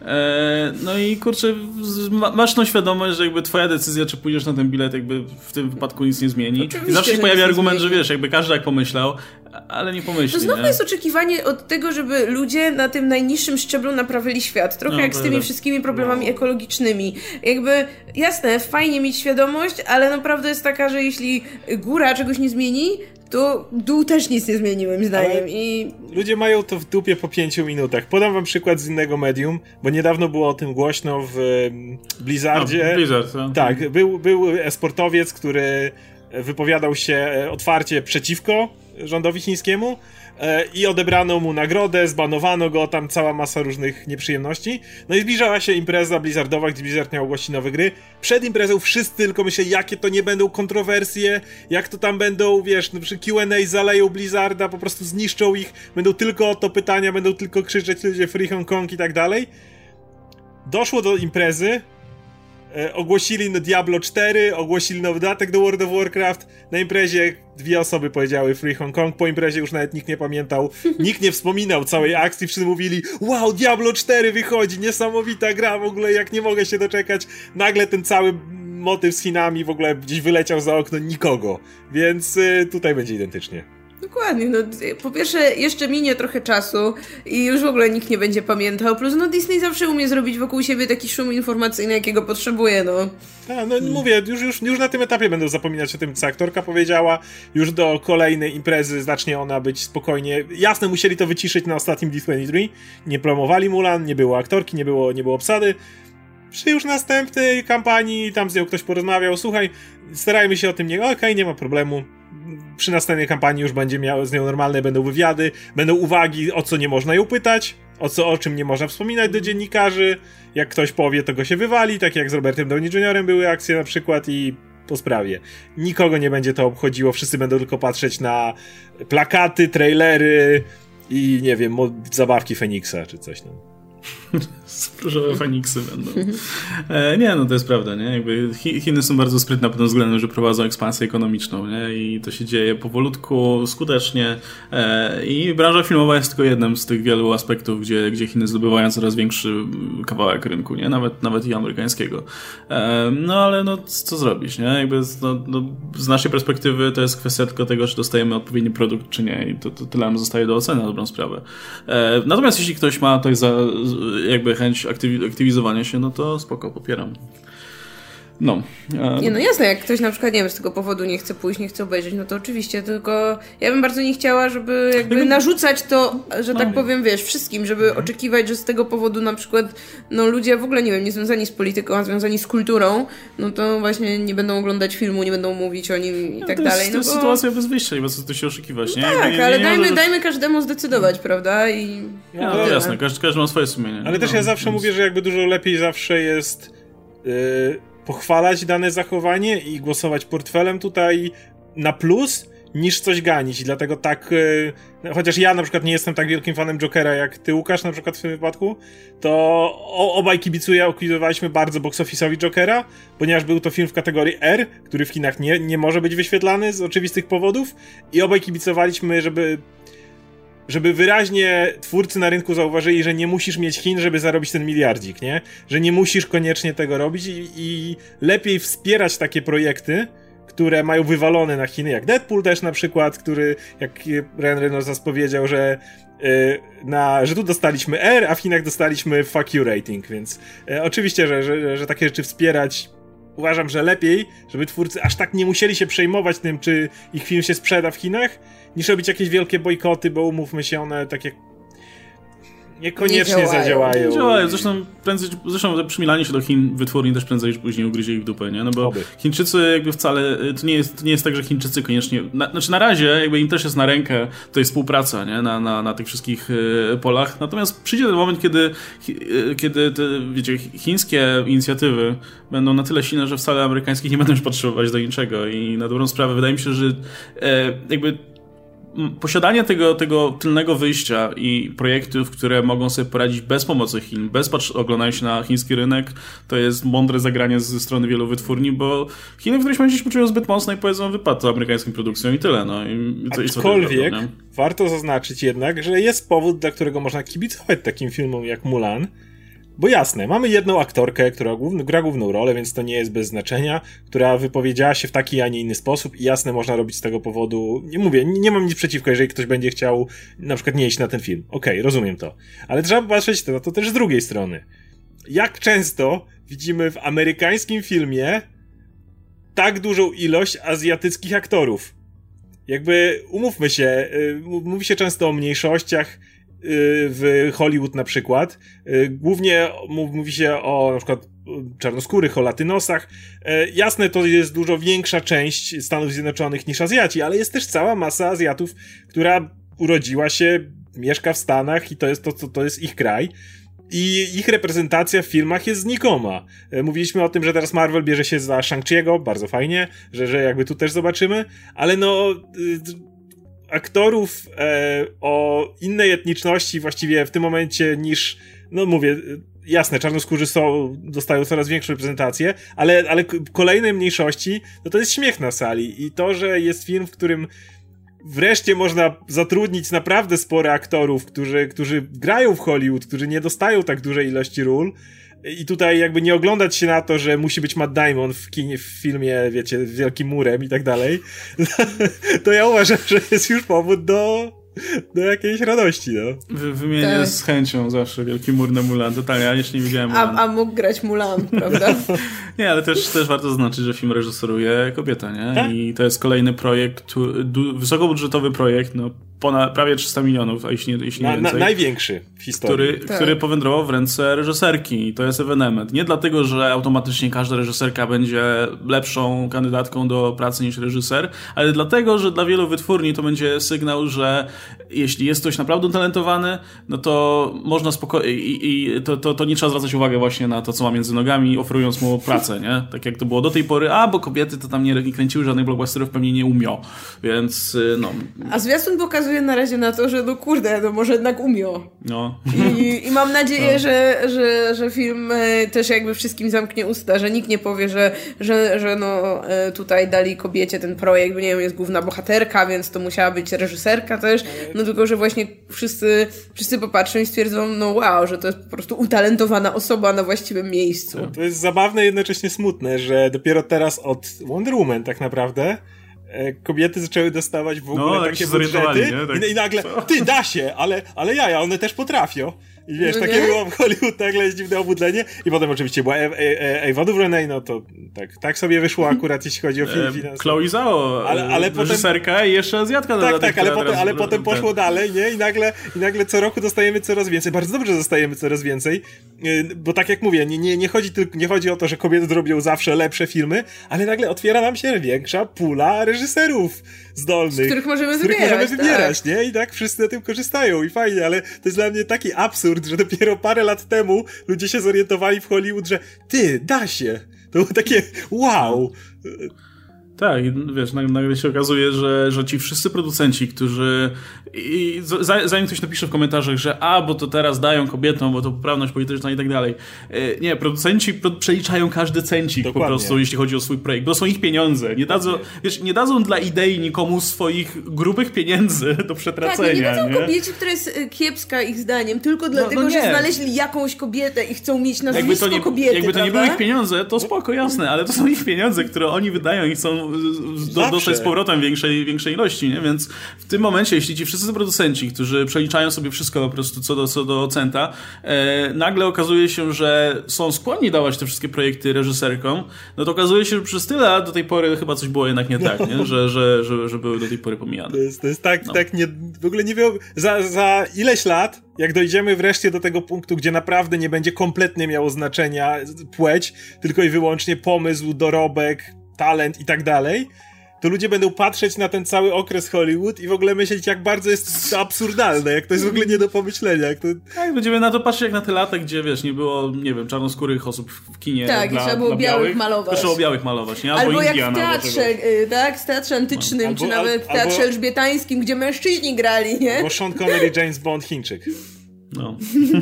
No i kurczę, masz tą świadomość, że jakby twoja decyzja, czy pójdziesz na ten bilet, jakby w tym wypadku nic nie zmieni. Oczywiście, i zawsze się pojawia argument, że wiesz, jakby każdy tak pomyślał, ale nie pomyśli. To znowu jest oczekiwanie od tego, żeby ludzie na tym najniższym szczeblu naprawili świat. Trochę jak z tymi wszystkimi problemami ekologicznymi. Jakby, jasne, fajnie mieć świadomość, ale naprawdę jest taka, że jeśli góra czegoś nie zmieni, to dół też nic nie zmieni, moim zdaniem. I ludzie mają to w dupie po 5 minutach. Podam wam przykład z innego medium, bo niedawno było o tym głośno w Blizzardzie. Blizzard, no. Tak, był e-sportowiec, który wypowiadał się otwarcie przeciwko rządowi chińskiemu i odebrano mu nagrodę, zbanowano go, tam cała masa różnych nieprzyjemności. No i zbliżała się impreza Blizzardowa, gdzie Blizzard miał ogłosić nowe gry. Przed imprezą wszyscy tylko myśleli, jakie to nie będą kontrowersje, jak to tam będą, wiesz, przy Q&A zaleją Blizzarda, po prostu zniszczą ich, będą tylko o to pytania, będą tylko krzyczeć ludzie Free Hong Kong i tak dalej. Doszło do imprezy, ogłosili Diablo 4, ogłosili nowy dodatek do World of Warcraft. Na imprezie 2 osoby powiedziały Free Hong Kong, po imprezie już nawet nikt nie pamiętał, nikt nie wspominał całej akcji, wszyscy mówili, wow, Diablo 4 wychodzi, niesamowita gra, w ogóle jak nie mogę się doczekać. Nagle ten cały motyw z Chinami w ogóle gdzieś wyleciał za okno, nikogo, więc tutaj będzie identycznie. Dokładnie, no po pierwsze jeszcze minie trochę czasu i już w ogóle nikt nie będzie pamiętał, plus no Disney zawsze umie zrobić wokół siebie taki szum informacyjny, jakiego potrzebuje, no. Tak, no mówię, już na tym etapie będą zapominać o tym, co aktorka powiedziała, już do kolejnej imprezy zacznie ona być spokojnie, jasne, musieli to wyciszyć na ostatnim D23, nie promowali Mulan, nie było aktorki, nie było obsady. Przy już następnej kampanii, tam z nią ktoś porozmawiał, słuchaj, starajmy się o tym, okej, nie ma problemu. Przy następnej kampanii już będzie miał z nią normalne, będą wywiady, będą uwagi, o co nie można ją pytać, o czym nie można wspominać do dziennikarzy. Jak ktoś powie, to go się wywali, tak jak z Robertem Downey Jr. były akcje na przykład i po sprawie. Nikogo nie będzie to obchodziło, wszyscy będą tylko patrzeć na plakaty, trailery i nie wiem, zabawki Feniksa czy coś tam. Różowe Feniksy będą. Nie, no to jest prawda, nie? Jakby Chiny są bardzo sprytne pod tym względem, że prowadzą ekspansję ekonomiczną, nie? I to się dzieje powolutku, skutecznie i branża filmowa jest tylko jednym z tych wielu aspektów, gdzie Chiny zdobywają coraz większy kawałek rynku, nie? Nawet i amerykańskiego. No ale no co zrobić, nie? Jakby z naszej perspektywy to jest kwestia tylko tego, czy dostajemy odpowiedni produkt, czy nie, i to tyle nam zostaje do oceny na dobrą sprawę. Natomiast jeśli ktoś ma tutaj jakby chęć aktywizowania się, no to spoko, popieram. No. Nie, no jasne, jak ktoś na przykład, nie wiem, z tego powodu nie chce pójść, nie chce obejrzeć, no to oczywiście, tylko ja bym bardzo nie chciała, żeby jakby narzucać to, że tak powiem, wiesz, wszystkim, żeby oczekiwać, że z tego powodu na przykład, no ludzie w ogóle, nie wiem, nie związani z polityką, a związani z kulturą, no to właśnie nie będą oglądać filmu, nie będą mówić o nim i tak dalej. To jest sytuacja bez wyjścia, nie ma co tu się oszukiwać, nie? Tak, ale dajmy każdemu zdecydować, prawda? I no jasne, każdy ma swoje sumienie. Ale też ja zawsze mówię, że jakby dużo lepiej zawsze jest pochwalać dane zachowanie i głosować portfelem tutaj na plus, niż coś ganić. I dlatego tak, chociaż ja na przykład nie jestem tak wielkim fanem Jokera jak ty, Łukasz, na przykład w tym wypadku, to obaj kibicowaliśmy bardzo box office'owi Jokera, ponieważ był to film w kategorii R, który w kinach nie może być wyświetlany z oczywistych powodów, i obaj kibicowaliśmy, żeby wyraźnie twórcy na rynku zauważyli, że nie musisz mieć Chin, żeby zarobić ten miliardzik, nie? Że nie musisz koniecznie tego robić i lepiej wspierać takie projekty, które mają wywalone na Chiny, jak Deadpool też na przykład, który, jak Ryan Reynolds powiedział, że tu dostaliśmy R, a w Chinach dostaliśmy fuck you rating, więc oczywiście, że takie rzeczy wspierać uważam, że lepiej, żeby twórcy aż tak nie musieli się przejmować tym, czy ich film się sprzeda w Chinach, niż robić jakieś wielkie bojkoty, bo umówmy się, one takie niekoniecznie zadziałają. Nie działają. Zresztą przymilanie się do Chin wytwórni też prędzej czy później ugryzie ich w dupę, nie? No bo Chińczycy jakby wcale, to nie jest tak, że Chińczycy koniecznie, na razie jakby im też jest na rękę tutaj współpraca, nie? Na tych wszystkich polach. Natomiast przyjdzie ten moment, kiedy te, wiecie, chińskie inicjatywy będą na tyle silne, że wcale amerykańskich nie będą już potrzebować do niczego i na dobrą sprawę wydaje mi się, że jakby posiadanie tego tylnego wyjścia i projektów, które mogą sobie poradzić bez pomocy Chin, bez oglądania się na chiński rynek, to jest mądre zagranie ze strony wielu wytwórni, bo Chiny w którymś momencie się poczują zbyt mocno i powiedzą wypadł amerykańską produkcją i tyle. No. Aczkolwiek warto zaznaczyć jednak, że jest powód, dla którego można kibicować takim filmom jak Mulan. Bo jasne, mamy jedną aktorkę, która gra główną rolę, więc to nie jest bez znaczenia, która wypowiedziała się w taki, a nie inny sposób i jasne, można robić z tego powodu, nie mam nic przeciwko, jeżeli ktoś będzie chciał na przykład nie iść na ten film. Okej, rozumiem to. Ale trzeba patrzeć na to też z drugiej strony. Jak często widzimy w amerykańskim filmie tak dużą ilość azjatyckich aktorów? Jakby, umówmy się, mówi się często o mniejszościach w Hollywood na przykład. Głównie mówi się o na przykład czarnoskórych, o latynosach. Jasne, to jest dużo większa część Stanów Zjednoczonych niż Azjaci, ale jest też cała masa Azjatów, która urodziła się, mieszka w Stanach i to jest ich kraj. I ich reprezentacja w filmach jest znikoma. Mówiliśmy o tym, że teraz Marvel bierze się za Shang-Chi'ego, bardzo fajnie, że jakby tu też zobaczymy, ale aktorów o innej etniczności właściwie w tym momencie niż, mówię, jasne, czarnoskórzy dostają coraz większą reprezentację, ale kolejne mniejszości, to jest śmiech na sali i to, że jest film, w którym wreszcie można zatrudnić naprawdę sporo aktorów, którzy grają w Hollywood, którzy nie dostają tak dużej ilości ról, i tutaj jakby nie oglądać się na to, że musi być Matt Damon w filmie, wiecie, z Wielkim Murem i tak dalej, to ja uważam, że jest już powód do jakiejś radości, no. Wymienię tak. Z chęcią zawsze Wielki Mur na Mulan, totalnie, ja jeszcze nie widziałem Mulan. A mógł grać Mulan, prawda? Nie, ale też warto zaznaczyć, że film reżyseruje kobieta, nie? Tak? I to jest kolejny projekt, wysokobudżetowy projekt, prawie 300 milionów, a jeśli nie więcej. Największy w historii. Który powędrował w ręce reżyserki. I to jest ewenement. Nie dlatego, że automatycznie każda reżyserka będzie lepszą kandydatką do pracy niż reżyser, ale dlatego, że dla wielu wytwórni to będzie sygnał, że jeśli jest ktoś naprawdę utalentowany, no to można spokojnie i to nie trzeba zwracać uwagi właśnie na to, co ma między nogami, oferując mu pracę, nie? Tak jak to było do tej pory, bo kobiety to tam nie kręciły żadnych blockbusterów, pewnie nie umią. Więc A zwiastun pokazuje na razie na to, że może jednak umiał. I mam nadzieję, że film też jakby wszystkim zamknie usta, że nikt nie powie, że tutaj dali kobiecie ten projekt, bo nie wiem, jest główna bohaterka, więc to musiała być reżyserka też, tylko że właśnie wszyscy popatrzą i stwierdzą, wow, że to jest po prostu utalentowana osoba na właściwym miejscu. To jest zabawne i jednocześnie smutne, że dopiero teraz od Wonder Woman tak naprawdę kobiety zaczęły dostawać w ogóle takie budżety i nagle, da się, ale jaja, one też potrafią. I wiesz, takie było w Hollywood, nagle jest dziwne obudlenie. I potem oczywiście była Ava DuVernay, to tak sobie wyszło akurat, jeśli chodzi o film finansowy. Chloe Zhao, reżyserka i jeszcze Azjatka. Tak, ale potem poszło dalej, nie? I nagle co roku dostajemy coraz więcej. Bardzo dobrze dostajemy coraz więcej, bo tak jak mówię, nie chodzi o to, że kobiety robią zawsze lepsze filmy, ale nagle otwiera nam się większa pula reżyserów zdolnych. Z których możemy wybierać, nie? I tak wszyscy na tym korzystają i fajnie, ale to jest dla mnie taki absurd, że dopiero parę lat temu ludzie się zorientowali w Hollywood, że da się. To było takie wow. Tak, wiesz, nagle się okazuje, że ci wszyscy producenci, którzy... zanim ktoś napisze w komentarzach, że bo to teraz dają kobietom, bo to poprawność polityczna i tak dalej. Nie, producenci przeliczają każdy cencik po prostu, jeśli chodzi o swój projekt, bo są ich pieniądze. Nie dadzą dla idei nikomu swoich grubych pieniędzy do przetracenia. Tak, nie dadzą kobiecie, która jest kiepska ich zdaniem, tylko dlatego, że znaleźli jakąś kobietę i chcą mieć nazwisko kobiety. Jakby to nie były ich pieniądze, to spoko, jasne, ale to są ich pieniądze, które oni wydają i chcą dostać z powrotem większej ilości, nie? Więc w tym momencie, jeśli ci wszyscy producenci, którzy przeliczają sobie wszystko po prostu co do centa, nagle okazuje się, że są skłonni dawać te wszystkie projekty reżyserkom, no to okazuje się, że przez tyle lat do tej pory chyba coś było jednak nie tak, nie? Że były do tej pory pomijane. To jest tak nie, w ogóle nie wiem, za ileś lat, jak dojdziemy wreszcie do tego punktu, gdzie naprawdę nie będzie kompletnie miało znaczenia płeć, tylko i wyłącznie pomysł, dorobek, talent i tak dalej, to ludzie będą patrzeć na ten cały okres Hollywood i w ogóle myśleć, jak bardzo jest to absurdalne, jak to jest w ogóle nie do pomyślenia. Tak, będziemy na to patrzeć jak na te lata, gdzie wiesz, nie było, nie wiem, czarnoskórych osób w kinie trzeba było białych malować. Trzeba było białych malować, nie? Albo jak w teatrze, tak? W teatrze antycznym, czy nawet w teatrze elżbietańskim, gdzie mężczyźni grali, nie? Bo Sean Connery, James Bond, Chińczyk. No.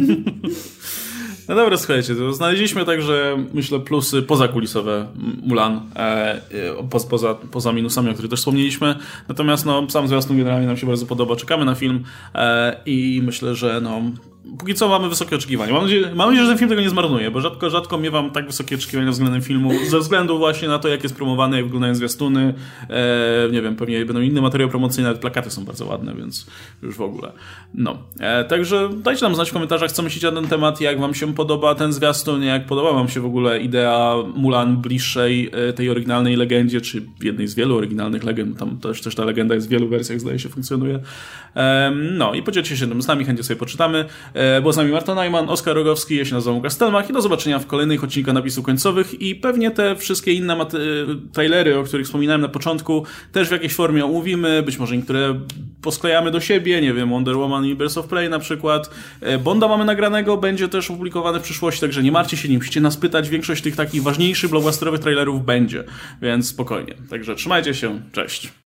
No dobra, słuchajcie, to znaleźliśmy także, myślę, plusy pozakulisowe Mulan, poza minusami, o których też wspomnieliśmy. Natomiast sam zwiastun generalnie nam się bardzo podoba. Czekamy na film i myślę, że póki co mamy wysokie oczekiwania. Mam nadzieję, że ten film tego nie zmarnuje, bo rzadko miewam tak wysokie oczekiwania względem filmu, ze względu właśnie na to, jak jest promowany, jak wyglądają zwiastuny. Nie wiem, pewnie będą inne materiały promocyjne, ale plakaty są bardzo ładne, więc już w ogóle. Także dajcie nam znać w komentarzach, co myślicie na ten temat, jak wam się podoba ten zwiastun, jak podoba wam się w ogóle idea Mulan bliższej tej oryginalnej legendzie, czy jednej z wielu oryginalnych legend, tam też ta legenda jest w wielu wersjach, zdaje się, funkcjonuje. I podzielcie się tym z nami, chętnie sobie poczytamy. Było z nami Marta Najman, Oskar Rogowski, ja się nazywam Łukasz Stelmach i do zobaczenia w kolejnych odcinkach napisów końcowych i pewnie te wszystkie inne trailery, o których wspominałem na początku, też w jakiejś formie omówimy, być może niektóre posklejamy do siebie, nie wiem, Wonder Woman i Birds of Prey na przykład. Bonda mamy nagranego, będzie też opublikowany w przyszłości, także nie martwcie się, nie musicie nas pytać, większość tych takich ważniejszych blockbusterowych trailerów będzie, więc spokojnie. Także trzymajcie się, cześć.